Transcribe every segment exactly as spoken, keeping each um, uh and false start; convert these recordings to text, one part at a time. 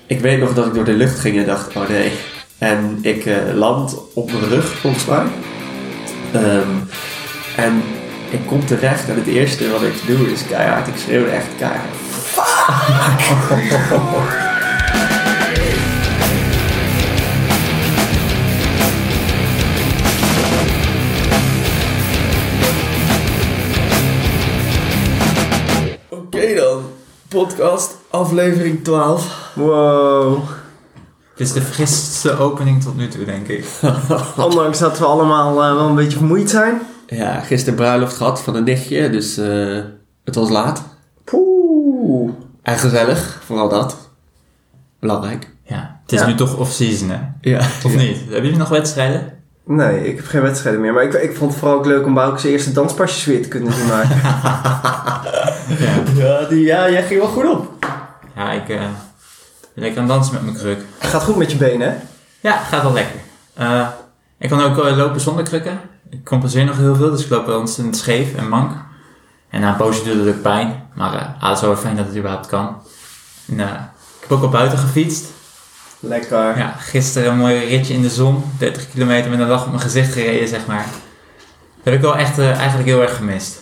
ik weet nog dat ik door de lucht ging en dacht, oh nee. En ik uh, land op mijn rug, volgens mij. Um, en ik kom terecht en het eerste wat ik doe is keihard. Ik schreeuw echt keihard. Fuck! Oké dan. Podcast, aflevering twaalf. Wow. Dit is de friste opening tot nu toe, denk ik. Ondanks dat we allemaal uh, wel een beetje vermoeid zijn. Ja, gisteren bruiloft gehad van een nichtje, dus uh, het was laat. Poeh. En gezellig, vooral dat. Belangrijk. Ja, het is Ja. nu toch off-season, hè? Ja. Of niet? Hebben jullie nog wedstrijden? Nee, ik heb geen wedstrijden meer. Maar ik, ik vond het vooral ook leuk om Bouke zijn eerste danspasjes weer te kunnen zien maken. Ja. Ja, die, ja, jij ging wel goed op. Ja, ik uh, ben lekker aan het dansen met mijn kruk. Het gaat goed met je benen, hè? Ja, gaat wel lekker. Uh, ik kan ook uh, lopen zonder krukken. Ik compenseer nog heel veel, dus ik loop wel ontzettend scheef en mank. En na een poosje doet het ook pijn. Maar uh, ah, het is wel fijn dat het überhaupt kan. En, uh, ik heb ook al buiten gefietst. Lekker. Ja, gisteren een mooi ritje in de zon. dertig kilometer met een lach op mijn gezicht gereden, zeg maar. Dat heb ik wel echt uh, eigenlijk heel erg gemist.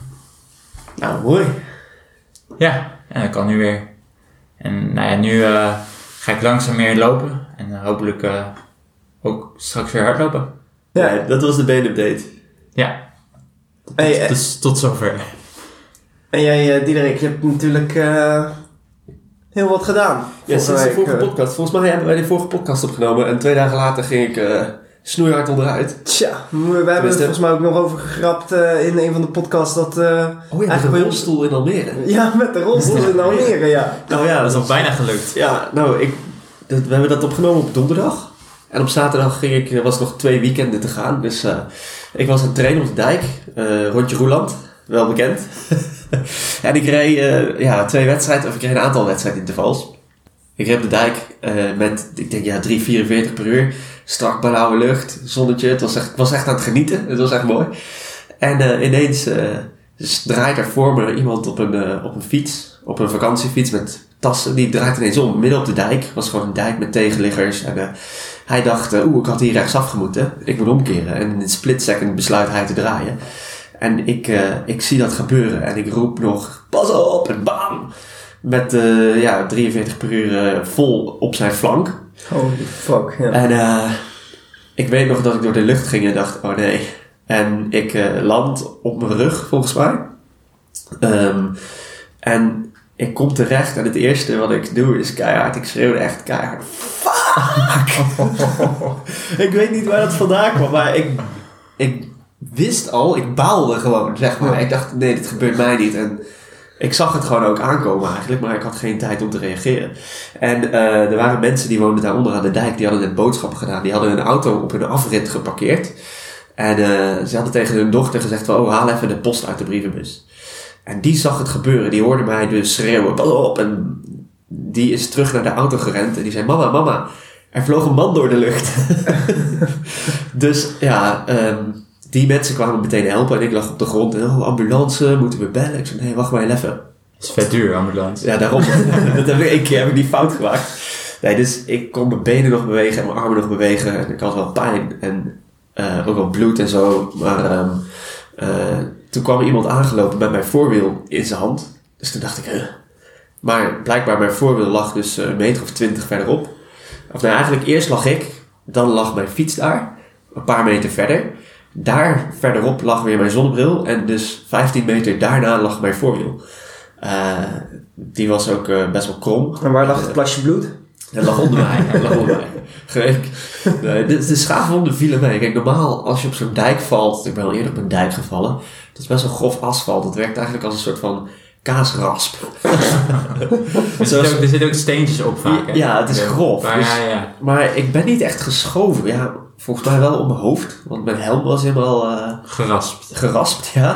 Nou, mooi. Ja, en dat kan nu weer. En nou ja, nu uh, ga ik langzaam meer lopen. En uh, hopelijk uh, ook straks weer hardlopen. Ja, ja, dat was de beenupdate. Ja, Hey, dus tot zover. en jij, uh, Diederik, je hebt natuurlijk uh, heel wat gedaan. Ja, sinds de week, vorige uh, podcast. Volgens mij hebben wij de vorige podcast opgenomen. En twee dagen later ging ik uh, snoeihard onderuit. Tja, we hebben er Tenminste- volgens mij ook nog over gegrapt uh, in een van de podcasts dat... Uh, Oh ja, met Eigenlijk een wel- rolstoel in Almere. ja, met de rolstoel in Almere, ja. Nou ja, Dat is al bijna gelukt. Ja, nou, ik, dat, we hebben dat opgenomen op donderdag. En op zaterdag ging ik, er was nog twee weekenden te gaan. Dus uh, ik was aan het trainen op de dijk. Uh, rondje Roeland, wel bekend. En ik reed uh, ja, twee wedstrijden, of ik reed een aantal wedstrijdintervals. Ik reed op de dijk uh, met, ik denk ja, drie vierenveertig per uur. Strak blauwe lucht, zonnetje. Het was echt, ik was echt aan het genieten. Het was echt mooi. En uh, ineens uh, dus draait er voor me iemand op een, uh, op een fiets. Op een vakantiefiets met tassen. Die draait ineens om, midden op de dijk. Het was gewoon een dijk met tegenliggers. En uh, hij dacht, uh, oeh, ik had hier rechtsaf gemoeten. Ik moet omkeren. En in een split second besluit hij te draaien. En ik, uh, ik zie dat gebeuren. En ik roep nog, pas op! En bam! Met uh, ja, drieënveertig per uur uh, vol op zijn flank. Holy fuck, ja. En uh, ik weet nog dat ik door de lucht ging en dacht, oh nee. En ik uh, land op mijn rug, volgens mij. Um, en ik kom terecht en het eerste wat ik doe is keihard. Ik schreeuwde echt keihard. Fuck! Ik weet niet waar dat vandaan kwam, maar ik, ik wist al, ik baalde gewoon, zeg maar. Ik dacht, nee, dit gebeurt mij niet. En ik zag het gewoon ook aankomen eigenlijk, maar ik had geen tijd om te reageren. En uh, er waren mensen die woonden daaronder aan de dijk, die hadden net boodschappen gedaan. Die hadden hun auto op hun afrit geparkeerd. En uh, ze hadden tegen hun dochter gezegd van, oh, haal even de post uit de brievenbus. En die zag het gebeuren, die hoorde mij dus schreeuwen, pas op. En die is terug naar de auto gerend en die zei, mama, mama, er vloog een man door de lucht. Dus ja, um, die mensen kwamen meteen helpen en ik lag op de grond. En, oh, ambulance, moeten we bellen? Ik zei, nee, wacht maar even. Het is vet duur, ambulance. Ja, daarom. Dat heb ik één keer heb ik die fout gemaakt. Nee, dus ik kon mijn benen nog bewegen en mijn armen nog bewegen. En ik had wel pijn en uh, ook wel bloed en zo. Maar um, uh, toen kwam er iemand aangelopen met mijn voorwiel in zijn hand. Dus toen dacht ik, huh. Maar blijkbaar mijn voorwiel lag dus een meter of twintig verderop. Of nou, eigenlijk eerst lag ik. Dan lag mijn fiets daar. Een paar meter verder. Daar verderop lag weer mijn zonnebril. En dus vijftien meter daarna lag mijn voorwiel. Uh, die was ook uh, best wel krom. En waar lag het plasje bloed? Dat lag onder mij. Dat lag onder mij. Kijk, nee, de, de schaafwonden vielen mee. Kijk, normaal als je op zo'n dijk valt... Ik ben al eerder op een dijk gevallen. Dat is best wel grof asfalt. Dat werkt eigenlijk als een soort van kaasrasp. Er zitten ook, er zitten ook steentjes op vaak, hè? Ja, het is grof. Maar, Dus, ja, ja. maar ik ben niet echt geschoven. Ja, volgens mij wel op mijn hoofd. Want mijn helm was helemaal... Uh, Geraspt. Geraspt, ja.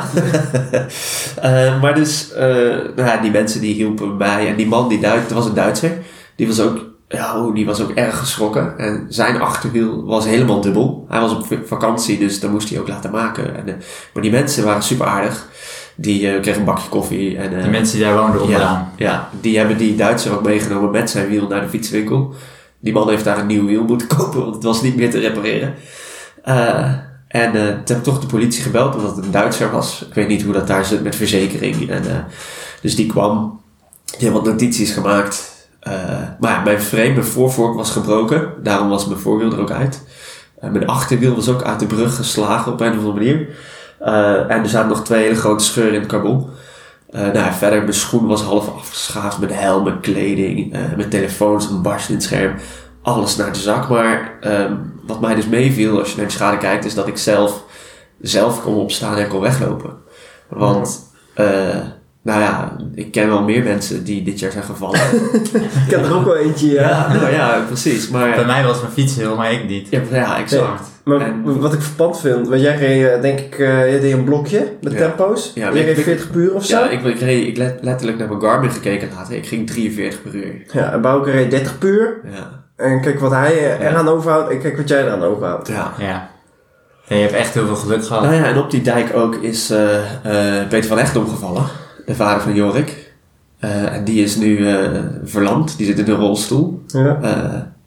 uh, maar dus, uh, nou ja, die mensen die hielpen mij. En die man, die Duits, dat was een Duitser. Die was ook, ja, oh, die was ook erg geschrokken. En zijn achterwiel was helemaal dubbel. Hij was op vakantie, dus dat moest hij ook laten maken. En, uh, maar die mensen waren super aardig. Die uh, kreeg een bakje koffie. En, uh, de mensen die daar woonden onderaan. Ja, ja, die hebben die Duitser ook meegenomen met zijn wiel naar de fietswinkel. Die man heeft daar een nieuw wiel moeten kopen, want het was niet meer te repareren. Uh, en uh, toen heb ik toch de politie gebeld, omdat het een Duitser was. Ik weet niet hoe dat daar zit met verzekering. En, uh, dus die kwam, die had wat notities gemaakt. Uh, maar ja, mijn frame, mijn voorvork was gebroken. Daarom was mijn voorwiel er ook uit. Uh, mijn achterwiel was ook uit de brug geslagen op een of andere manier. Uh, en er zaten nog twee hele grote scheuren in het carbon. Uh, nou ja, verder, mijn schoen was half afgeschaafd. Mijn helm, mijn kleding, uh, mijn telefoons, een barst in het scherm. Alles naar de zak. Maar um, wat mij dus meeviel als je naar de schade kijkt, is dat ik zelf, zelf kon opstaan en kon weglopen. Want, uh, nou ja, ik ken wel meer mensen die dit jaar zijn gevallen. Ik heb er ook wel eentje, ja. Ja, nou ja, precies. Maar, bij mij was mijn fiets heel, maar ik niet. Ja, ja exact. Nee, maar en, wat ik verpand vind, want jij reed, denk ik, uh, jij deed een blokje met ja. tempo's. Ja, jij reed veertig per uur of zo? Ja, ik, ik reed ik let, letterlijk naar mijn Garmin gekeken later. Ik ging drieënveertig per uur. Ja, en Bouke reed dertig per uur. Ja. En kijk wat hij uh, eraan ja. overhoudt en kijk wat jij eraan overhoudt. Ja. Ja. Ja, je hebt echt heel veel geluk gehad. Nou ja, en op die dijk ook is uh, uh, Peter van Echt omgevallen. De vader van Jorik. Uh, en die is nu uh, verlamd. Die zit in een rolstoel. Ja. Uh,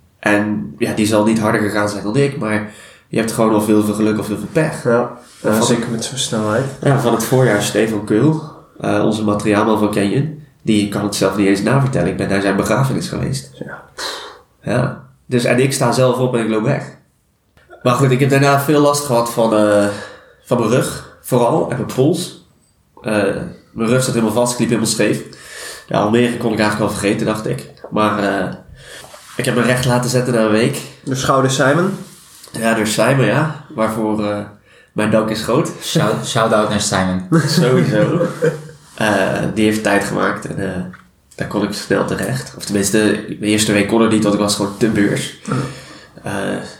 en ja, die zal niet harder gegaan zijn dan ik. Maar je hebt gewoon al veel, veel geluk of veel, veel pech. Ja, ja van, zeker met zo'n snelheid. Ja, van het voorjaar Stefan Keul. Uh, onze materiaalman van Canyon. Die kan het zelf niet eens navertellen. Ik ben naar zijn begrafenis geweest. Ja. Ja. Dus, en ik sta zelf op en ik loop weg. Maar goed, ik heb daarna veel last gehad van, uh, van mijn rug. Vooral. En mijn pols. Uh, mijn rug zat helemaal vast. Ik liep helemaal scheef. Ja, Almere kon ik eigenlijk al vergeten, dacht ik. Maar uh, ik heb me recht laten zetten na een week. De schouder Simon. Ja, door Simon, ja. Waarvoor uh, mijn dank is groot. Shout, shout-out naar Simon. Sowieso. Uh, die heeft tijd gemaakt. En uh, daar kon ik snel terecht. Of tenminste, de eerste week kon het niet, want ik was gewoon te beurs. Uh,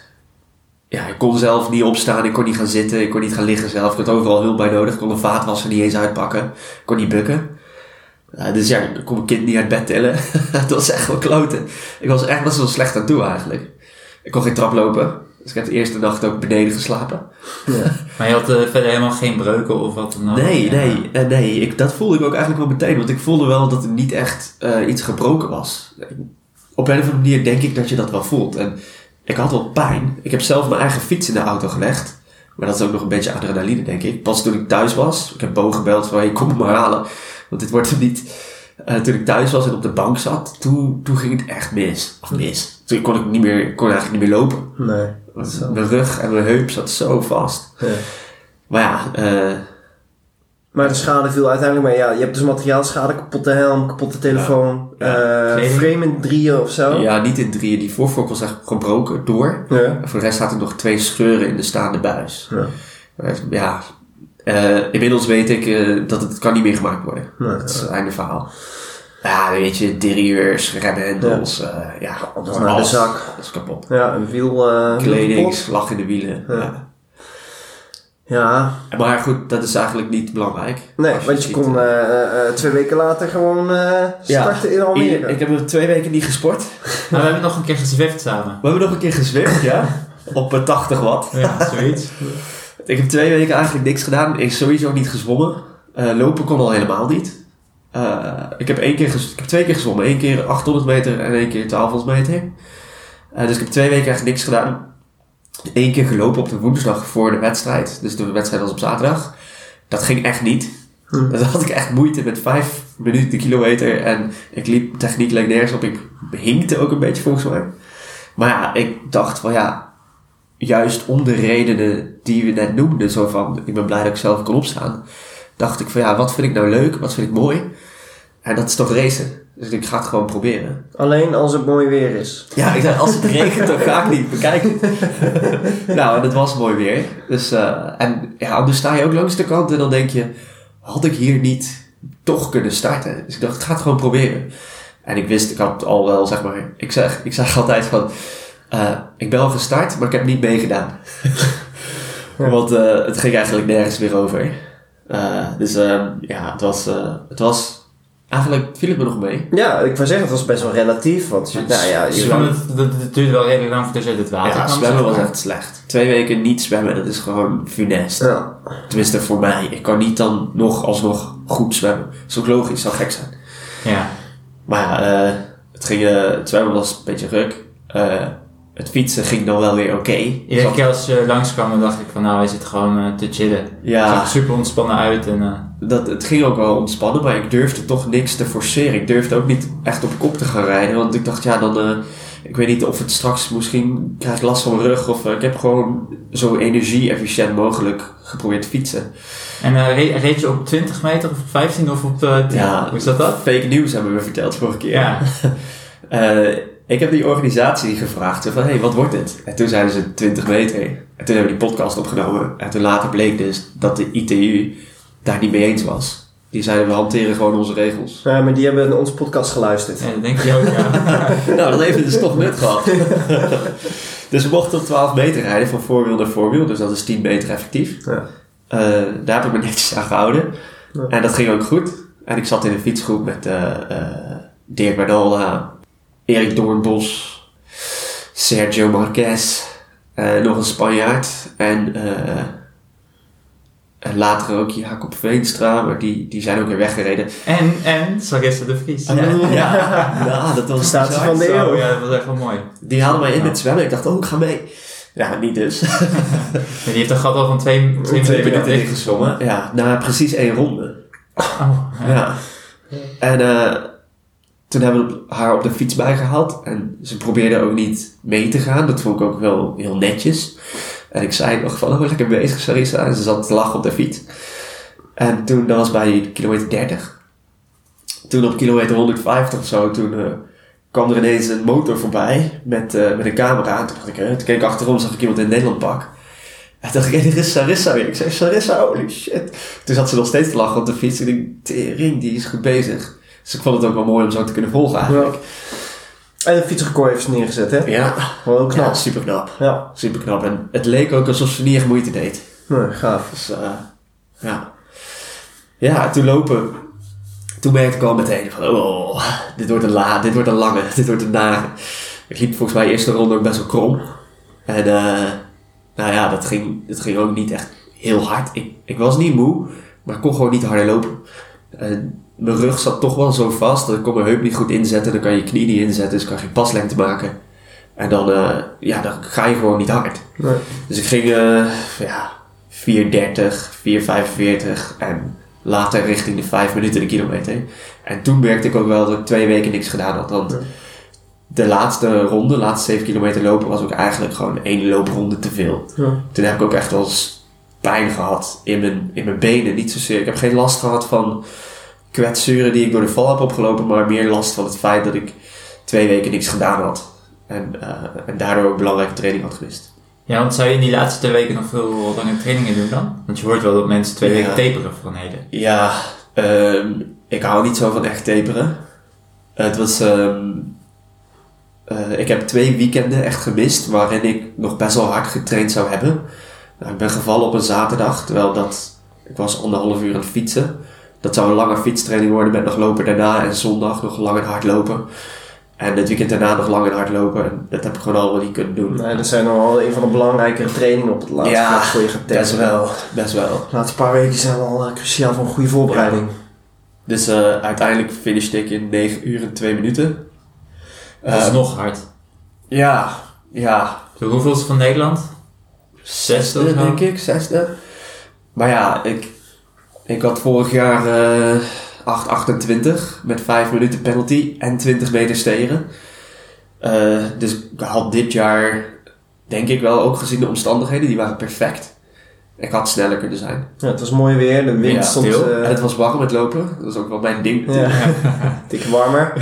ja, ik kon zelf niet opstaan. Ik kon niet gaan zitten. Ik kon niet gaan liggen zelf. Ik had overal hulp bij nodig. Ik kon een vaatwasser niet eens uitpakken. Ik kon niet bukken. Uh, dus ja, ik kon mijn kind niet uit bed tillen. Het was echt wel kloten. Ik was echt best wel slecht aan toe eigenlijk. Ik kon geen trap lopen. Dus ik heb de eerste nacht ook beneden geslapen. Ja. Maar je had uh, verder helemaal geen breuken of wat dan ook? Nee, ja. nee, uh, nee. Ik, dat voelde ik ook eigenlijk wel meteen. Want ik voelde wel dat er niet echt uh, iets gebroken was. Op een of andere manier denk ik dat je dat wel voelt. En ik had wel pijn. Ik heb zelf mijn eigen fiets in de auto gelegd. Maar dat is ook nog een beetje adrenaline, denk ik. Pas toen ik thuis was. Ik heb Bo gebeld van, hey, kom me maar halen. Want dit wordt hem niet. Uh, toen ik thuis was en op de bank zat, toen, toen ging het echt mis. Of mis. Toen kon ik niet meer, kon eigenlijk niet meer lopen. Nee. Mijn rug en mijn heup zat zo vast. Ja. Maar ja, uh, maar de schade viel uiteindelijk mee. Ja, je hebt dus materiaalschade, kapotte helm, kapotte telefoon, ja. Uh, frame in drieën of zo. Ja, niet in drieën. Die voorvork was echt gebroken door. Ja. Voor de rest zaten nog twee scheuren in de staande buis. Ja. Ja, uh, inmiddels weet ik uh, dat het kan niet meer gemaakt worden. Nee, dat is het einde verhaal. Ja, weet je, derailleurs, remhendels, ja, uh, ja alles naar de zak. Dat is kapot. Ja, een wiel. Uh, Kleding, slag in de wielen. Ja. ja. Ja. Maar goed, dat is eigenlijk niet belangrijk. Nee, je want je kon uh, uh, twee weken later gewoon uh, starten ja. in Almere. Ik, ik heb er twee weken niet gesport. Maar we hebben nog een keer gezwift samen. We hebben nog een keer gezwift, ja. Op uh, tachtig watt. Ja, zoiets. Ik heb twee weken eigenlijk niks gedaan. Ik heb sowieso niet gezwommen. Uh, lopen kon al helemaal niet. Uh, ik, heb één keer ges- ik heb twee keer gezwommen. Eén keer achthonderd meter en één keer twaalfhonderd meter. Uh, dus ik heb twee weken eigenlijk niks gedaan. Eén keer gelopen op de woensdag voor de wedstrijd. Dus de wedstrijd was op zaterdag. Dat ging echt niet. Hm. Dan had ik echt moeite met vijf minuten de kilometer. En ik liep, techniek leek nergens op. Ik hinkte ook een beetje volgens mij. Maar ja, ik dacht van ja, juist om de redenen die we net noemden. Zo van, ik ben blij dat ik zelf kon opstaan. Dacht ik van ja, wat vind ik nou leuk? Wat vind ik mooi? En dat is toch racen. Dus ik ga het gewoon proberen. Alleen als het mooi weer is. Ja, ik zei, als het regent, dan ga ik niet bekijken. Nou, en het was mooi weer. Dus, uh, en ja, dan sta je ook langs de kant en dan denk je, had ik hier niet toch kunnen starten? Dus ik dacht, ik ga het gewoon proberen. En ik wist, ik had al wel, zeg maar, ik zeg, ik zeg altijd van, uh, ik ben al gestart, maar ik heb niet meegedaan. Ja. Want uh, het ging eigenlijk nergens meer over. Uh, dus uh, ja, het was, uh, het was eigenlijk viel het me nog mee. Ja, ik wou zeggen, het was best wel relatief. Want Ja, nou ja, je zwemmen, het, het, het duurde wel redelijk lang voordat je uit het water Ja, kwam. zwemmen zeg was maar. echt slecht. Twee weken niet zwemmen, dat is gewoon funest. Ja. Tenminste voor mij. Ik kan niet dan nog alsnog goed zwemmen. Dat is ook logisch, zou gek zijn. Ja. Maar ja, uh, het, ging, uh, het zwemmen was een beetje ruk. Uh, het fietsen ging dan wel weer oké. Okay. Iedere keer als je langskwam, dan dacht ik van nou, hij zit gewoon uh, te chillen. Ja. Het zag er super ontspannen uit. En, uh... dat, het ging ook wel ontspannen, maar ik durfde toch niks te forceren. Ik durfde ook niet echt op kop te gaan rijden. Want ik dacht, ja, dan... Uh, ik weet niet of het straks misschien krijg ik last van mijn rug. Of uh, ik heb gewoon zo energie-efficiënt mogelijk geprobeerd te fietsen. En uh, reed, reed je op twintig meter of op vijftien of op uh, tien? Ja, hoe is dat dat? Fake nieuws hebben we verteld vorige keer. Ja. uh, ik heb die organisatie gevraagd van, hé, hey, wat wordt dit? En toen zeiden ze twintig meter. En toen hebben we die podcast opgenomen. En toen later bleek dus dat de I T U daar niet mee eens was. Die zeiden, we hanteren gewoon onze regels. Ja, maar die hebben naar onze podcast geluisterd. Ja, dat denk ik ook, ja. Nou, dat heeft het dus toch nut gehad. Dus we mochten op twaalf meter rijden, van voorwiel naar voorwiel. Dus dat is tien meter effectief. Ja. Uh, daar heb ik me netjes aan gehouden. Ja. En dat ging ook goed. En ik zat in een fietsgroep met uh, uh, Dirk Bernalda, Erik Doornbos, Sergio Marquez, uh, nog een Spanjaard. En... Uh, En later ook Jacob Veenstra, maar die, die zijn ook weer weggereden. En, en Sarissa de Vries. Ja, ja. Nou, dat was Staat ze van de eeuw. Ja, dat was echt wel mooi. Die haalden mij in Ja. met zwemmen. Ik dacht, oh, ik ga mee. Ja, niet dus. Ja, die heeft een gat al van twee, twee, Twee minuten minuten ingezwommen. Ja, na precies één ronde. Oh, ja. Ja. En uh, toen hebben we haar op de fiets bijgehaald. En ze probeerde ook niet mee te gaan. Dat vond ik ook wel heel netjes. En ik zei nog van, oh, lekker bezig, Sarissa. En ze zat te lachen op de fiets. En toen, dat was bij kilometer dertig. Toen op kilometer honderdvijftig of zo, toen uh, kwam er ineens een motor voorbij met, uh, met een camera. En toen dacht ik, uh, toen keek ik achterom, zag ik iemand in Nederland pak. En toen dacht ik, hey, er is Sarissa weer. Ik zei, Sarissa, holy shit. Toen zat ze nog steeds te lachen op de fiets. En ik dacht, tering, die is goed bezig. Dus ik vond het ook wel mooi om zo te kunnen volgen eigenlijk. Ja. En een fietsrecord heeft ze neergezet, hè? Ja, Wel heel knap. ja super knap. Ja. Super knap. En het leek ook alsof ze niet echt moeite deed. Nee, gaaf. Dus uh, ja. Ja, toen lopen. Toen merkte ik al meteen van, oh, dit wordt een la, dit wordt een lange, dit wordt een nare. Ik liep volgens mij de eerste ronde ook best wel krom. En uh, nou ja, dat ging, dat ging ook niet echt heel hard. Ik, ik was niet moe, maar ik kon gewoon niet harder lopen. En mijn rug zat toch wel zo vast dat ik kon mijn heup niet goed inzetten. Dan kan je je knie niet inzetten, dus kan je geen paslengte maken. En dan, uh, ja, dan ga je gewoon niet hard. Nee. Dus ik ging uh, ja, vier dertig, vier vijfenveertig en later richting de vijf minuten de kilometer. En toen merkte ik ook wel dat ik twee weken niks gedaan had. Want Ja. de laatste ronde, de laatste zeven kilometer lopen, was ook eigenlijk gewoon één loopronde te veel. Ja. Toen heb ik ook echt wel eens pijn gehad in mijn, in mijn benen. Niet zozeer. Ik heb geen last gehad van kwetsuren die ik door de val heb opgelopen, maar meer last van het feit dat ik twee weken niks gedaan had. En, uh, en daardoor ook belangrijke training had gemist. Ja, want zou je in die laatste twee weken nog veel lange trainingen doen dan? Want je hoort wel dat mensen twee Ja. weken taperen van heden. Ja, um, ik hou niet zo van echt taperen. Het was... Um, uh, ik heb twee weekenden echt gemist waarin ik nog best wel hard getraind zou hebben. Nou, ik ben gevallen op een zaterdag, terwijl dat... Ik was anderhalf uur aan het fietsen. Dat zou een lange fietstraining worden met nog lopen daarna en zondag nog lang en hard lopen. En het weekend daarna nog lang en hard lopen. En dat heb ik gewoon allemaal niet kunnen doen. Nee, dat zijn nog wel een van de belangrijkere trainingen op het laatste Ja, vlak voor je gaat best testen. wel, best wel. De laatste paar weken zijn wel uh, cruciaal voor een goede voorbereiding. Dus uh, uiteindelijk finishte ik in negen uur en twee minuten. Dat is Uh, nog hard. Ja, ja. De hoeveelste van Nederland? Zesde of zo? denk ik, zesde. Maar ja, ik, ik had vorig jaar uh, acht achtentwintig met vijf minuten penalty en twintig meter stegen. Uh, dus ik had dit jaar, denk ik wel, ook gezien de omstandigheden, die waren perfect. Ik had sneller kunnen zijn. Ja, het was mooi weer, de wind Ja, stond stil. uh, En het was warm met lopen, dat was ook wel mijn ding natuurlijk. ja, dikke warmer.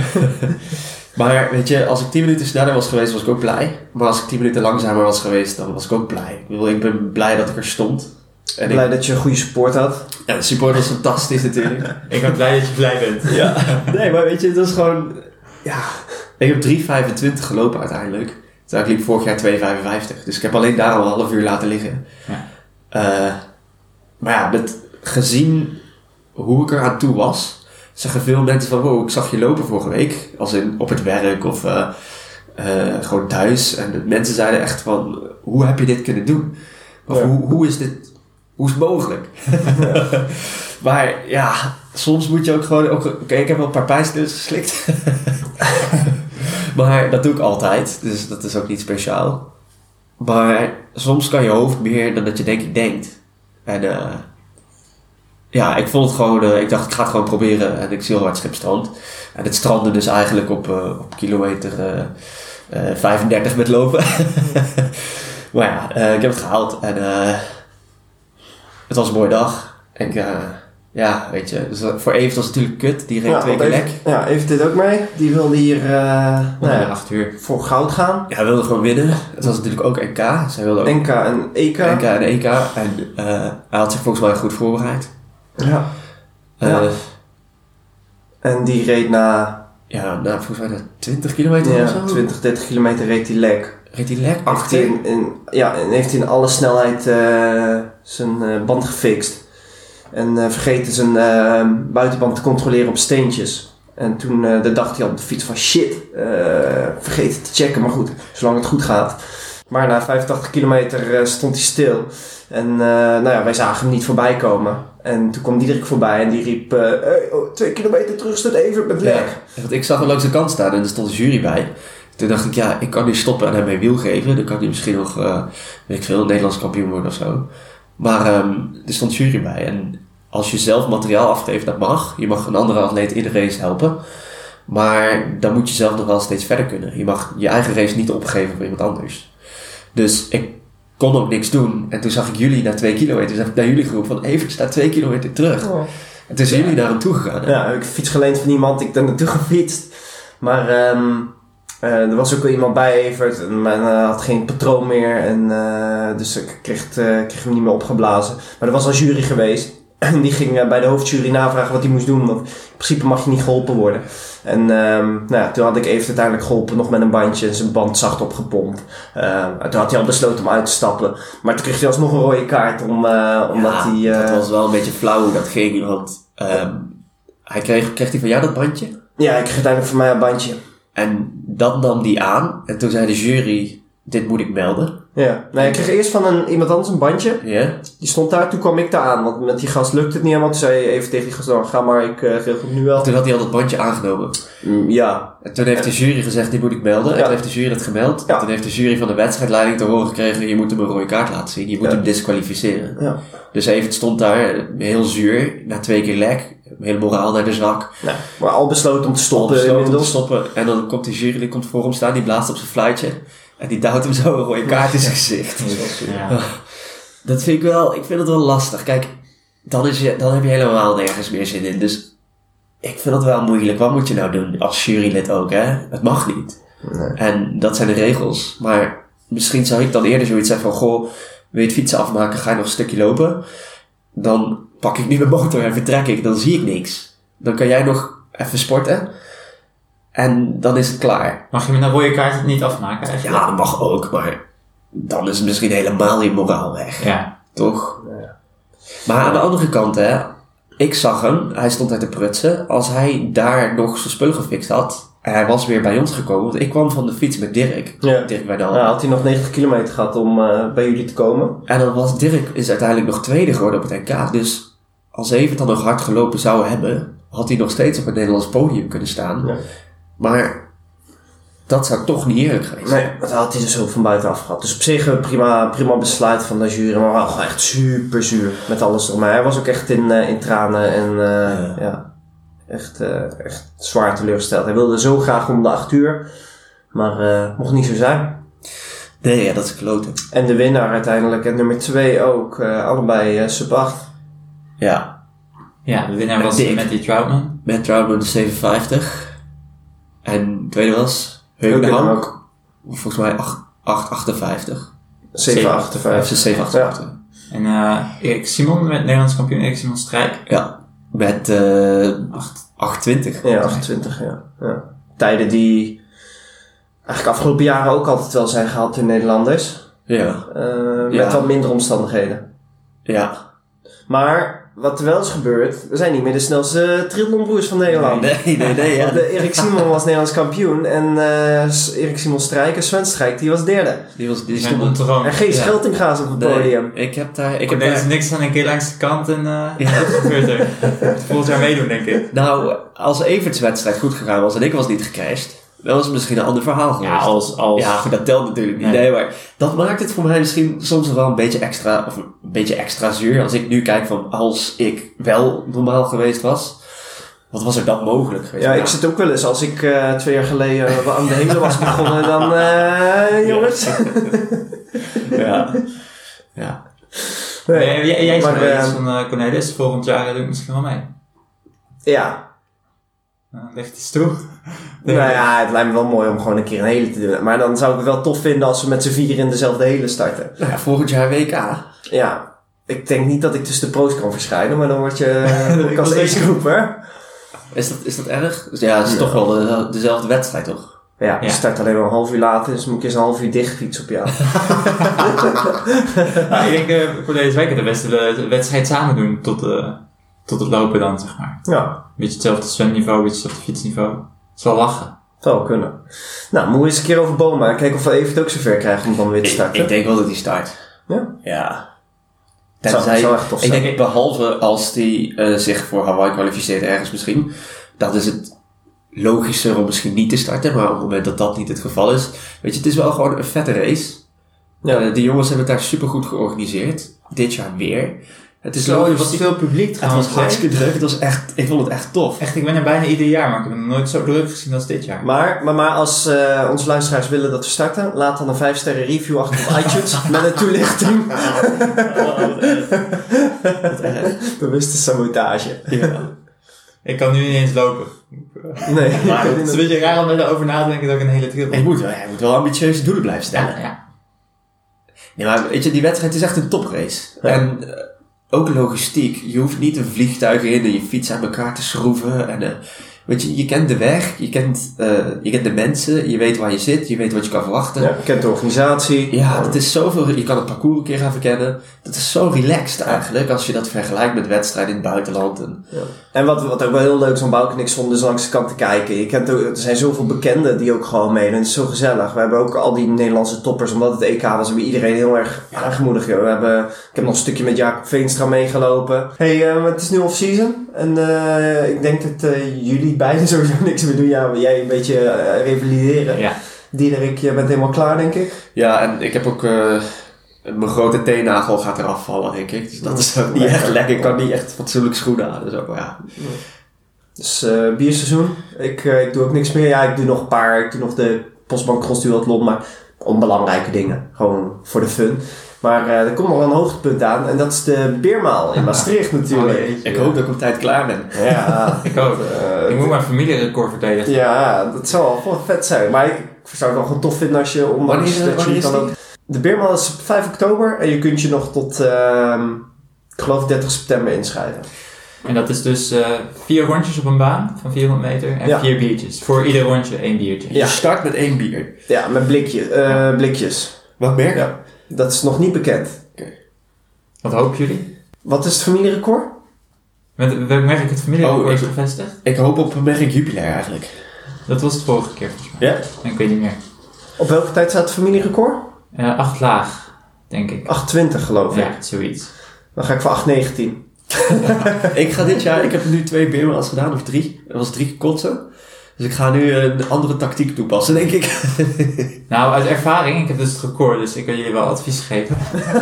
Maar weet je, als ik tien minuten sneller was geweest, was ik ook blij. Maar als ik tien minuten langzamer was geweest, dan was ik ook blij. Ik bedoel, ik ben blij dat ik er stond. En Blij ik, dat je een goede support had. ja, de support was fantastisch natuurlijk. Ik ben blij dat je blij bent. Ja. Nee, maar weet je, dat is gewoon... Ja, ik heb drie vijfentwintig gelopen uiteindelijk. Terwijl ik liep vorig jaar twee vijfenvijftig. Dus ik heb alleen daar al een half uur laten liggen. Ja. Uh, maar ja, met, gezien hoe ik er aan toe was, zeggen veel mensen van, wow, ik zag je lopen vorige week. Als in op het werk of uh, uh, gewoon thuis. En de mensen zeiden echt van, hoe heb je dit kunnen doen? Of ja. hoe, hoe is dit, hoe is het mogelijk? Maar ja, soms moet je ook gewoon, oké, okay, ik heb wel een paar pijnstillers geslikt. Maar dat doe ik altijd, dus dat is ook niet speciaal. Maar soms kan je hoofd meer dan dat je denk ik denkt. En uh, ja, ik vond het gewoon, uh, ik dacht ik ga het gewoon proberen en ik zie heel hard Schipstrand. En het strandde dus eigenlijk op, uh, op kilometer uh, uh, vijfendertig met lopen. Maar ja, uh, ik heb het gehaald en uh, het was een mooie dag. En uh, ja, weet je, dus voor Evert was het natuurlijk kut, die reed ja, twee keer lek. Ja, Evert dit ook mee. Die wilde hier uh, nou ja, acht uur voor goud gaan. Ja, hij wilde gewoon winnen. Het was natuurlijk ook N K. Zij wilde ook N K en E K. N K en E K. En uh, hij had zich volgens mij goed voorbereid. Ja. Uh, ja. En die reed na... Ja, na volgens mij na twintig kilometer ja, of zo. twintig, dertig kilometer reed hij lek. Reed hij lek? achttien. In, ja, en heeft hij in alle snelheid uh, zijn uh, band gefixt. En uh, vergeten zijn uh, buitenband te controleren op steentjes. En toen uh, de dacht hij op de fiets van shit, uh, vergeten te checken. Maar goed, zolang het goed gaat. Maar na vijfentachtig kilometer uh, stond hij stil. En uh, nou ja, wij zagen hem niet voorbij komen. En toen kwam Diederik voorbij en die riep... Uh, hey, oh, twee kilometer terug staat even met lek. Ja, want ik zag hem langs de kant staan en er stond een jury bij. Toen dacht ik, ja, ik kan nu stoppen en hem mijn wiel geven. Dan kan hij misschien nog, uh, weet ik veel, Nederlands kampioen worden of zo. Maar um, er stond jury bij. En als je zelf materiaal afgeeft, dat mag. Je mag een andere atleet in de race helpen. Maar dan moet je zelf nog wel steeds verder kunnen. Je mag je eigen race niet opgeven voor iemand anders. Dus ik kon ook niks doen. En toen zag ik jullie na twee kilometer. Toen heb ik naar jullie geroepen van Evert staat twee kilometer terug. Oh. En toen zijn ja. jullie naar hem toe gegaan. Hè? Ja, ik heb fiets geleend van iemand. Ik ben naartoe gefietst. Maar um, uh, er was ook wel iemand bij Evert. En men uh, had geen patroon meer. En, uh, dus ik kreeg, uh, kreeg hem niet meer opgeblazen. Maar er was al jury geweest. En die ging uh, bij de hoofdjury navragen wat hij moest doen. Want in principe mag je niet geholpen worden. En um, nou ja, toen had ik even uiteindelijk geholpen. Nog met een bandje. En zijn band zacht opgepompt. Uh, toen had hij al besloten om uit te stappen. Maar toen kreeg hij alsnog een rode kaart. Om, uh, omdat ja, hij... Uh, dat was wel een beetje flauw hoe dat ging. Want um, hij kreeg, kreeg hij van jou dat bandje? Ja, hij kreeg uiteindelijk van mij een bandje. En dat nam die aan. En toen zei de jury... Dit moet ik melden. Ja, nee, ik kreeg eerst van een, iemand anders een bandje. Ja. Yeah. Die stond daar, toen kwam ik daar aan. Want met die gast lukte het niet helemaal. Toen zei je even tegen die gast, nou, ga maar, ik uh, regel het nu wel. Toen had hij al dat bandje aangenomen. Mm, ja. En toen heeft de jury gezegd, dit moet ik melden. Ja. En toen heeft de jury dat gemeld. Ja. En toen heeft de jury van de wedstrijdleiding te horen gekregen, je moet hem een rode kaart laten zien. Je moet ja. hem disqualificeren. Ja. Dus Evert stond daar, heel zuur, na twee keer lek. Hele moraal naar de zak. Ja, maar al besloten om te stoppen. Al besloten om te stoppen. En dan komt die jury, die komt voor hem staan, die blaast op zijn fluitje. En die duwt hem zo een rode kaart in zijn gezicht. Ja. Dat vind ik wel, ik vind het wel lastig. Kijk, dan, is je, dan heb je helemaal nergens meer zin in. Dus ik vind het wel moeilijk. Wat moet je nou doen? Als jurylid ook, hè? Het mag niet. Nee. En dat zijn de regels. Maar misschien zou ik dan eerder zoiets zeggen van, goh, wil je het fietsen afmaken? Ga je nog een stukje lopen? Dan pak ik nu mijn motor en vertrek ik. Dan zie ik niks. Dan kan jij nog even sporten. En dan is het klaar. Mag je met een rode kaart het niet afmaken eigenlijk? Ja, dat mag ook, maar dan is het misschien helemaal je moraal weg. Ja. Toch? Ja. Maar aan de andere kant, hè. Ik zag hem, hij stond daar te prutsen. Als hij daar nog zijn spullen gefixt had, en hij was weer bij ons gekomen, want ik kwam van de fiets met Dirk. Ja. Dirk Wijndal. Ja, had hij nog negentig kilometer gehad om uh, bij jullie te komen. En dan was Dirk is uiteindelijk nog tweede geworden op het N K. Dus als Evert dan nog hard gelopen zou hebben, had hij nog steeds op het Nederlands podium kunnen staan. Ja. Maar dat zou toch niet eerlijk geweest zijn. Nee, dat had hij dus ook van buitenaf gehad. Dus op zich een prima, prima besluit van de jury. Maar wel echt super zuur met alles eromheen. Hij was ook echt in, uh, in tranen en uh, ja. ja, echt, uh, echt zwaar teleurgesteld. Hij wilde zo graag om de acht uur. Maar uh, mocht niet zo zijn. Nee, ja, dat is kloten. En de winnaar uiteindelijk en nummer twee ook. Uh, allebei uh, sub acht. Ja. Ja, de winnaar was Matty Troutman. Matt Troutman zevenenvijftig. En de tweede was Heugenhout ook. Volgens mij acht achtenvijftig. zeven achtenvijftig. zeven achtenvijftig. Ja. En uh, Erik Simon met Nederlands kampioen Erik Simon Strijk. Ja, met uh, achtentwintig. Ja, achtentwintig, ja. ja. Tijden die eigenlijk afgelopen jaren ook altijd wel zijn gehaald door Nederlanders. Ja. Uh, met ja. wat minder omstandigheden. Ja. Maar wat er wel is gebeurd, we zijn niet meer de snelste triathlonbroers van Nederland. Nee, nee, nee. Ja. Want, uh, Erik Simon was Nederlands kampioen en uh, Erik Simon Strijker, Sven Strijk, die was derde. Die was die Mijn stond droom. En geen Scheltinga's op het Nee, podium. ik heb daar... Ik Ik heb heb daar niks aan een keer langs de kant en uh, ja. Wat gebeurt er? Volgend jaar meedoen, denk ik. nou, als Everts wedstrijd goed gegaan was en ik was niet gecrashed, dan was het misschien een ander verhaal geweest. Ja, als... als Ja, goed, dat telt natuurlijk niet. Nee. Nee, maar dat maakt het voor mij misschien soms nog wel een beetje extra, of een beetje extra zuur. Als ik nu kijk van, als ik wel normaal geweest was, wat was er dan mogelijk? Weet je Ja, wel? ik zit ook wel eens, als ik uh, twee jaar geleden uh, aan de hele was begonnen, dan uh, jongens. Ja. Ja. Nee. Nee, jij jij Maar, zei wel uh, iets van uh, Cornelis, volgend jaar doe ik misschien wel mee. Ja. Uh, legt iets toe. Nou ja, het lijkt me wel mooi om gewoon een keer een hele te doen. Maar dan zou ik het wel tof vinden als we met z'n vier in dezelfde hele starten. Nou ja, volgend jaar W K. Ja. Ik denk niet dat ik tussen de pro's kan verschijnen, maar dan word je ook als eerste groeper. Is dat, is dat erg? Dus ja, het is Ja. toch wel de, dezelfde wedstrijd, toch? Ja, je Ja. start alleen maar een half uur later, dus moet ik eens een half uur dicht fietsen op jou. Nou, ik denk uh, voor deze week de beste de wedstrijd samen doen tot, uh, tot het lopen dan, zeg maar. Ja, Een beetje hetzelfde zwemniveau, een beetje hetzelfde fietsniveau. Het is wel lachen. zou wel kunnen. Nou, moeten we eens een keer over Boma kijken of we even het ook zover krijgen om dan weer te Ik, starten. ik denk wel dat hij start. Ja? Ja. Zou- Tenzij, zou echt tof ik zijn. denk behalve als hij uh, zich voor Hawaii kwalificeert ergens misschien, dan is het logischer om misschien niet te starten, maar op het moment dat dat niet het geval is, weet je, het is wel gewoon een vette race. Ja. Uh, die jongens hebben het daar super goed georganiseerd. Dit jaar weer. Het is Zo, er logisch. was veel publiek Het trouwens. was hartstikke druk. Het was echt, ik vond het echt tof. Echt, ik ben er bijna ieder jaar, maar ik heb het nog nooit zo druk gezien als dit jaar. Maar, maar, maar als uh, onze luisteraars willen dat we starten, laat dan een vijf sterren review achter op iTunes met een toelichting. Bewuste sabotage. Ja. Ik kan nu niet eens lopen. Nee. Maar het is een beetje raar om erover na te denken dat ik een hele trip Je moet, wel, je moet wel ambitieuze doelen blijven stellen. Ja, ja. Nee, maar weet je, die wedstrijd is echt een toprace. Ja. En uh, ook logistiek. Je hoeft niet een vliegtuig in en je fiets aan elkaar te schroeven. En, uh, weet je, je kent de weg, je kent, uh, je kent de mensen, je weet waar je zit, je weet wat je kan verwachten. Ja, je kent de organisatie. Ja, dat is zoveel, je kan het parcours een keer gaan verkennen. Dat is zo relaxed eigenlijk, als je dat vergelijkt met wedstrijden in het buitenland. En, Ja. En wat, wat ook wel heel leuk is om Bouke en ik stonden dus langs de kant te kijken. Je kent ook, er zijn zoveel bekenden die ook gewoon meedoen. Het is zo gezellig. We hebben ook al die Nederlandse toppers, omdat het E K was, hebben we iedereen heel erg aangemoedigd. We hebben, ik heb nog een stukje met Jacob Veenstra meegelopen. Hey, uh, het is nu off-season. En uh, ik denk dat uh, jullie beiden sowieso niks meer doen. Ja, jij een beetje uh, revalideren. Ja. Diederik, jij bent helemaal klaar, denk ik. ja, en ik heb ook, uh, mijn grote teennagel gaat eraf vallen, denk ik. Dus dat is ook niet Ja. echt lekker. Ik kan niet echt fatsoenlijk schoenen aan. Dus ook, ja. Dus uh, bierseizoen. Ik, uh, ik doe ook niks meer. Ja, ik doe nog een paar. Ik doe nog de Postbank Cross Duathlon, maar onbelangrijke dingen. Gewoon voor de fun. Maar uh, er komt nog wel een hoogtepunt aan. En dat is de Beermaal in Maastricht natuurlijk. Oh, Ik hoop dat ik op tijd klaar ben. Ja, Ik ook. uh, Ik moet mijn familierecord verdedigen. ja, dat zou wel wel vet zijn. Maar ik zou het wel gewoon tof vinden als je ondanks Wanneer- dat je wanneer niet is kan die? lopen. De Beermaal is op vijf oktober. En je kunt je nog tot, uh, ik geloof dertig september inschrijven. En dat is dus uh, vier rondjes op een baan van vierhonderd meter en Ja. vier biertjes. Voor ieder rondje één biertje. Ja. Je start met één bier. Ja, met blikje, uh, blikjes. Wat merk je? Ja. Dat is nog niet bekend. Wat hopen jullie? Wat is het familierecord? Met welk merk het familierecord Oh, is ik- gevestigd? Ik hoop op een merk Jupiler eigenlijk. Dat was het vorige keer volgens mij. Ja? En ik weet niet meer. Op welke tijd staat het familierecord? Uh, acht laag, denk ik. acht twintig geloof ik. Ja, zoiets. Dan ga ik voor acht negentien. Ik ga dit jaar, ik heb nu twee beermaals gedaan, of drie. Er was drie kotsen. Dus ik ga nu een andere tactiek toepassen, denk ik. Nou, uit ervaring, ik heb dus het record, dus ik kan jullie wel advies geven.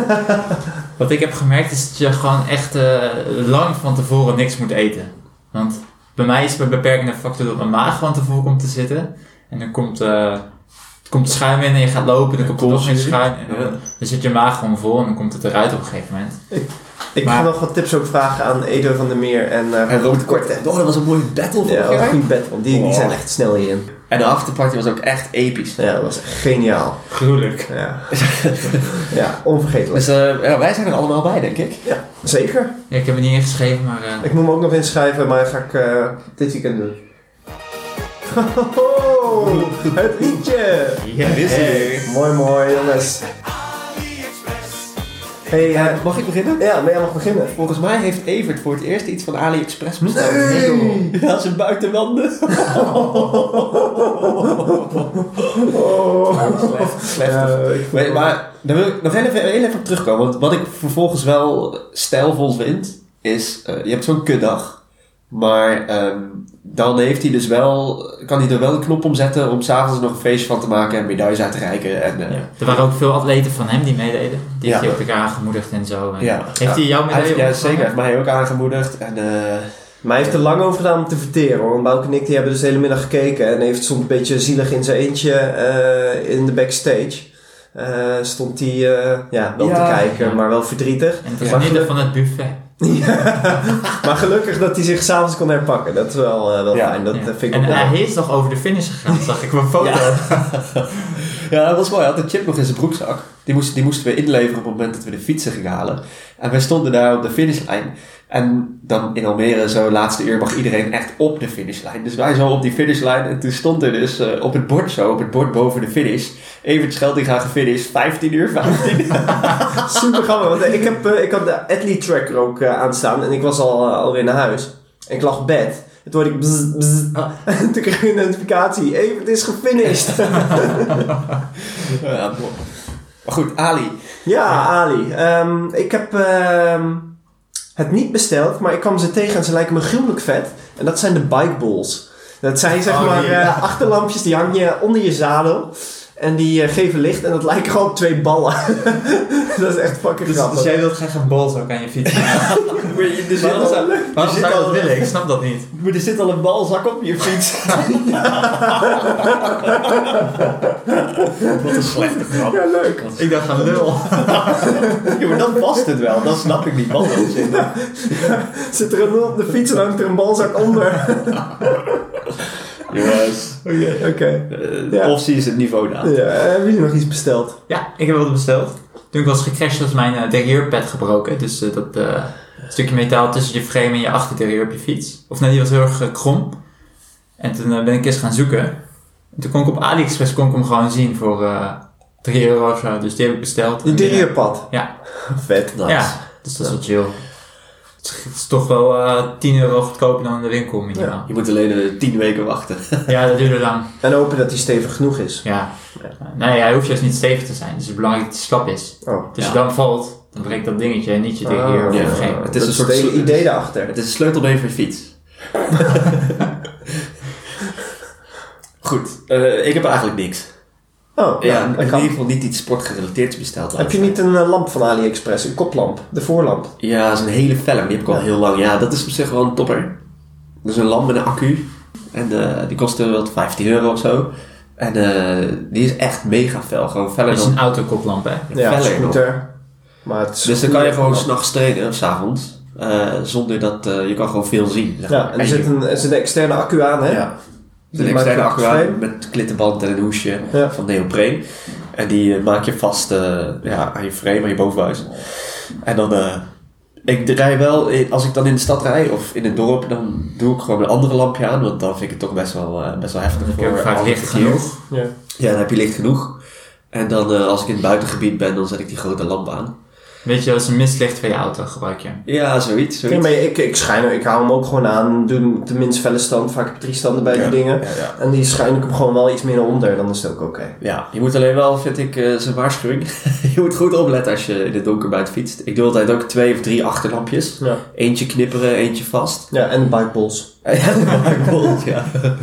Wat ik heb gemerkt is dat je gewoon echt uh, lang van tevoren niks moet eten. Want bij mij is het een beperkende factor dat mijn maag van tevoren komt te zitten. En dan komt, uh, er komt schuim in en je gaat lopen, dan komt er nog meer schuim. En dan, Ja. dan zit je maag gewoon vol en dan komt het eruit op een gegeven moment. Ik Maar- ga nog wat tips ook vragen aan Edo van der Meer en, uh, En Robert Korte. Oh, dat was een mooie battle Ja, vorig dat was een jaar. goede battle. want Die, die Oh. zijn echt snel hierin. En de afterparty was ook echt episch. Ja, dat was echt geniaal. Gruwelijk. Ja, ja onvergetelijk. Dus uh, ja, wij zijn er allemaal bij, denk ik. Ja, zeker. Ja, ik heb het niet ingeschreven, maar... Uh, Ik moet me ook nog inschrijven, maar dat ga ik uh, dit weekend doen. Hoho, het liedje! ja, is hij Hey, mooi mooi jongens. Hey, Ja, eh, mag ik beginnen? ja, maar jij mag beginnen. Volgens mij heeft Evert voor het eerst iets van AliExpress besteld. Nee! Ja, zijn buitenlanden. Oh. Slecht, slecht. Ja, ik- Nee, maar daar wil ik nog heel even, heel even op terugkomen. Want wat ik vervolgens wel stijlvol vind, is... Uh, je hebt zo'n kutdag. Maar um, dan heeft hij dus wel... Kan hij er wel een knop om zetten om s'avonds nog een feestje van te maken en medailles uit te reiken. En, uh, Ja. Er waren ook veel atleten van hem die meededen. Die heeft Ja. hij ook elkaar aangemoedigd en zo. En Ja. Heeft hij jouw hij medaille heeft, ja, opgehangen? zeker. Hij heeft mij ook aangemoedigd. En, uh, Maar hij heeft er lang over gedaan om te verteren hoor. Want Bouke en ik die hebben dus de hele middag gekeken. En heeft soms een beetje zielig in zijn eentje uh, in de backstage. Uh, stond hij uh, ja, wel Ja. te kijken, Ja. maar wel verdrietig. En te Maar genieten geluk- van het buffet. Ja. Maar gelukkig dat hij zich s'avonds kon herpakken. Dat is wel, uh, wel Ja. fijn. Dat Ja. uh, vind ik En ook wel. hij is nog over de finish gegaan, zag ik op een foto. Ja. Ja, dat was mooi. Hij had een chip nog in zijn broekzak. Die moesten, die moesten we inleveren op het moment dat we de fietsen gingen halen. En wij stonden daar op de finishlijn. En dan in Almere, zo laatste uur, mag iedereen echt op de finishlijn. Dus wij zo op die finishlijn. En toen stond er dus uh, op het bord zo, op het bord boven de finish. Evert Scheltinga gefinished, vijftien uur vijftien. Super grappig, want ik, heb, uh, ik had de Athlete Tracker ook uh, aanstaan. En ik was al, uh, alweer naar huis. En ik lag op bed. En toen hoorde ik bzz, bzz. En toen kreeg ik een notificatie. Even, het is gefinished. Ja, mooi. Maar goed, Ali. Ja, Ali. Um, ik heb um, het niet besteld, maar ik kwam ze tegen en ze lijken me gruwelijk vet. En dat zijn de bikeballs. Dat zijn zeg Oh, maar nee. uh, achterlampjes die hang je onder je zadel. En die uh, geven licht en dat lijken gewoon op twee ballen. Dat is echt fucking Dus, grappig. dus jij wilt graag een bal ook aan je fiets. Maar je- er zit Waarom al- zou, er waarom zit zou je al- dat willen? Ik snap dat niet. Maar er zit al een balzak op je fiets. Wat een slechte grap. Ja, leuk. Ik dacht aan lul. Ja, maar dan past het wel. Dan snap ik niet wat er zit. Zit er een nul op de fiets en hangt er een balzak onder. Jongens. Oké. Okay. Uh, Ja. Of zie is het niveau daar. Ja, hebben jullie nog iets besteld? Ja, ik heb wat besteld. Toen ik was gecrashed was mijn uh, derrieurpad gebroken. Dus uh, dat uh, stukje metaal tussen je frame en je achterderieur op je fiets. Of nee, die was heel erg uh, krom. En toen uh, ben ik eens gaan zoeken. En toen kon ik op AliExpress kon ik hem gewoon zien voor uh, drie euro of zo. Dus die heb ik besteld. De derrieurpad. Ja. Vet. Nice. Ja, dus dat is wel chill. Het is, het is toch wel uh, tien euro goedkoper dan in de winkel minimaal. Je moet alleen uh, tien weken wachten. Ja, dat duurde lang. En hopen dat hij stevig genoeg is. Ja. Nee, hij hoeft juist niet stevig te zijn. Dus het is belangrijk dat hij slap is. Oh. Dus Ja. als je dan valt, dan breekt dat dingetje en niet je derrière of ja. je frame. Het Het is is een soort- het hele idee daarachter. Het is een sleutelbeen voor je fiets. Goed, uh, ik heb eigenlijk niks. Oh, Ja, ja, in dat ieder kan. geval niet iets sportgerelateerd besteld. Heb je niet een uh, lamp van AliExpress? Een koplamp? De voorlamp? Ja, dat is een hele felle, maar die heb ik al Ja. heel lang. Ja, dat is op zich wel een topper. Dat is een lamp met een accu. En uh, die kostte wel vijftien euro of zo. En uh, die is echt mega fel. Gewoon feller Het is dan... een autokoplamp, hè? Ja, feller scooter. Maar het is Dus dan kan je gewoon lamp. s'nachts trainen, of s'avonds. Uh, zonder dat... Uh, je kan gewoon veel zien. Zeg maar. Ja, en er zit een, er zit een externe accu aan, hè? Ja. Er Die zit een maak je externe op het accu aan frame. met klittenband en een hoesje Ja. van neopreen. En die uh, maak je vast uh, ja, aan je frame, aan je bovenbuis. En dan... Uh, ik rij wel, als ik dan in de stad rij of in het dorp, dan doe ik gewoon een andere lampje aan. Want dan vind ik het toch best wel, uh, best wel heftig. Dan heb je ook voor vaak al het licht verkeer. genoeg. Ja. Ja, dan heb je licht genoeg. En dan uh, als ik in het buitengebied ben, dan zet ik die grote lamp aan. Weet je, dat is een mistlicht van je auto, gebruik je. Ja, zoiets. Ja, zoiets. maar ik, ik schijn, ik hou hem ook gewoon aan. Doe de minst felle stand. Vaak heb ik drie standen bij Ja. die dingen. Ja, ja. En die schijn ik hem gewoon wel iets meer onder. Dan is het ook oké. Ja, je moet alleen wel, vind ik, uh, zijn waarschuwing. Je moet goed opletten als je in het donker buiten fietst. Ik doe altijd ook twee of drie achterlampjes. Ja. Eentje knipperen, eentje vast. Ja, en bikeballs. Ja, dat maakt bol, ja.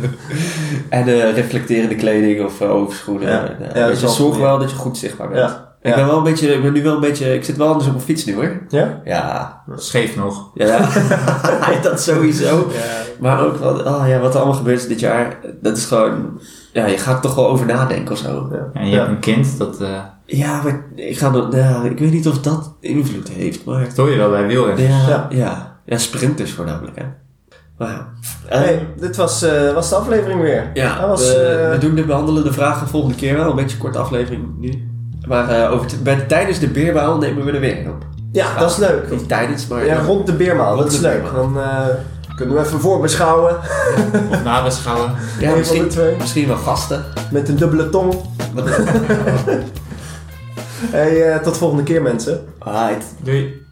En uh, reflecterende kleding of uh, overschoenen. Ja. En, uh, Ja, dat weet is je, wel zorg goed, wel dat je goed zichtbaar bent. Ja. Ik Ja. ben wel een beetje, ik ben nu wel een beetje, ik zit wel anders op mijn fiets nu hoor. Ja? Ja, Scheef nog. ja, dat sowieso. Maar ook wat, oh ja, wat er allemaal gebeurt is dit jaar, dat is gewoon, ja, je gaat er toch wel over nadenken of zo. Ja. En je Ja. hebt een kind, dat, uh, Ja, maar ik ga nog, nou, ik weet niet of dat invloed heeft, maar dat hoor je wel bij wielrennen. ja, Ja. ja, ja, sprinters voornamelijk hè. Maar ja, Eh, Hey, dit was, uh, was de aflevering weer. ja, Dat was, we, uh, we doen de behandelen de vragen volgende keer wel, een beetje een korte aflevering nu. Maar uh, over t- bij, tijdens de beerbaal nemen we er weer een op. Ja, dat is leuk. Niet tijdens, maar Ja, rond de beermaal. Rond Dat is de leuk. beermaal. Dan uh, kunnen we even voorbeschouwen. Of nabeschouwen. ja, Een van misschien, de twee. misschien wel gasten. Met een dubbele tong. Wat- Hey, uh, tot volgende keer mensen. Alright. Doei.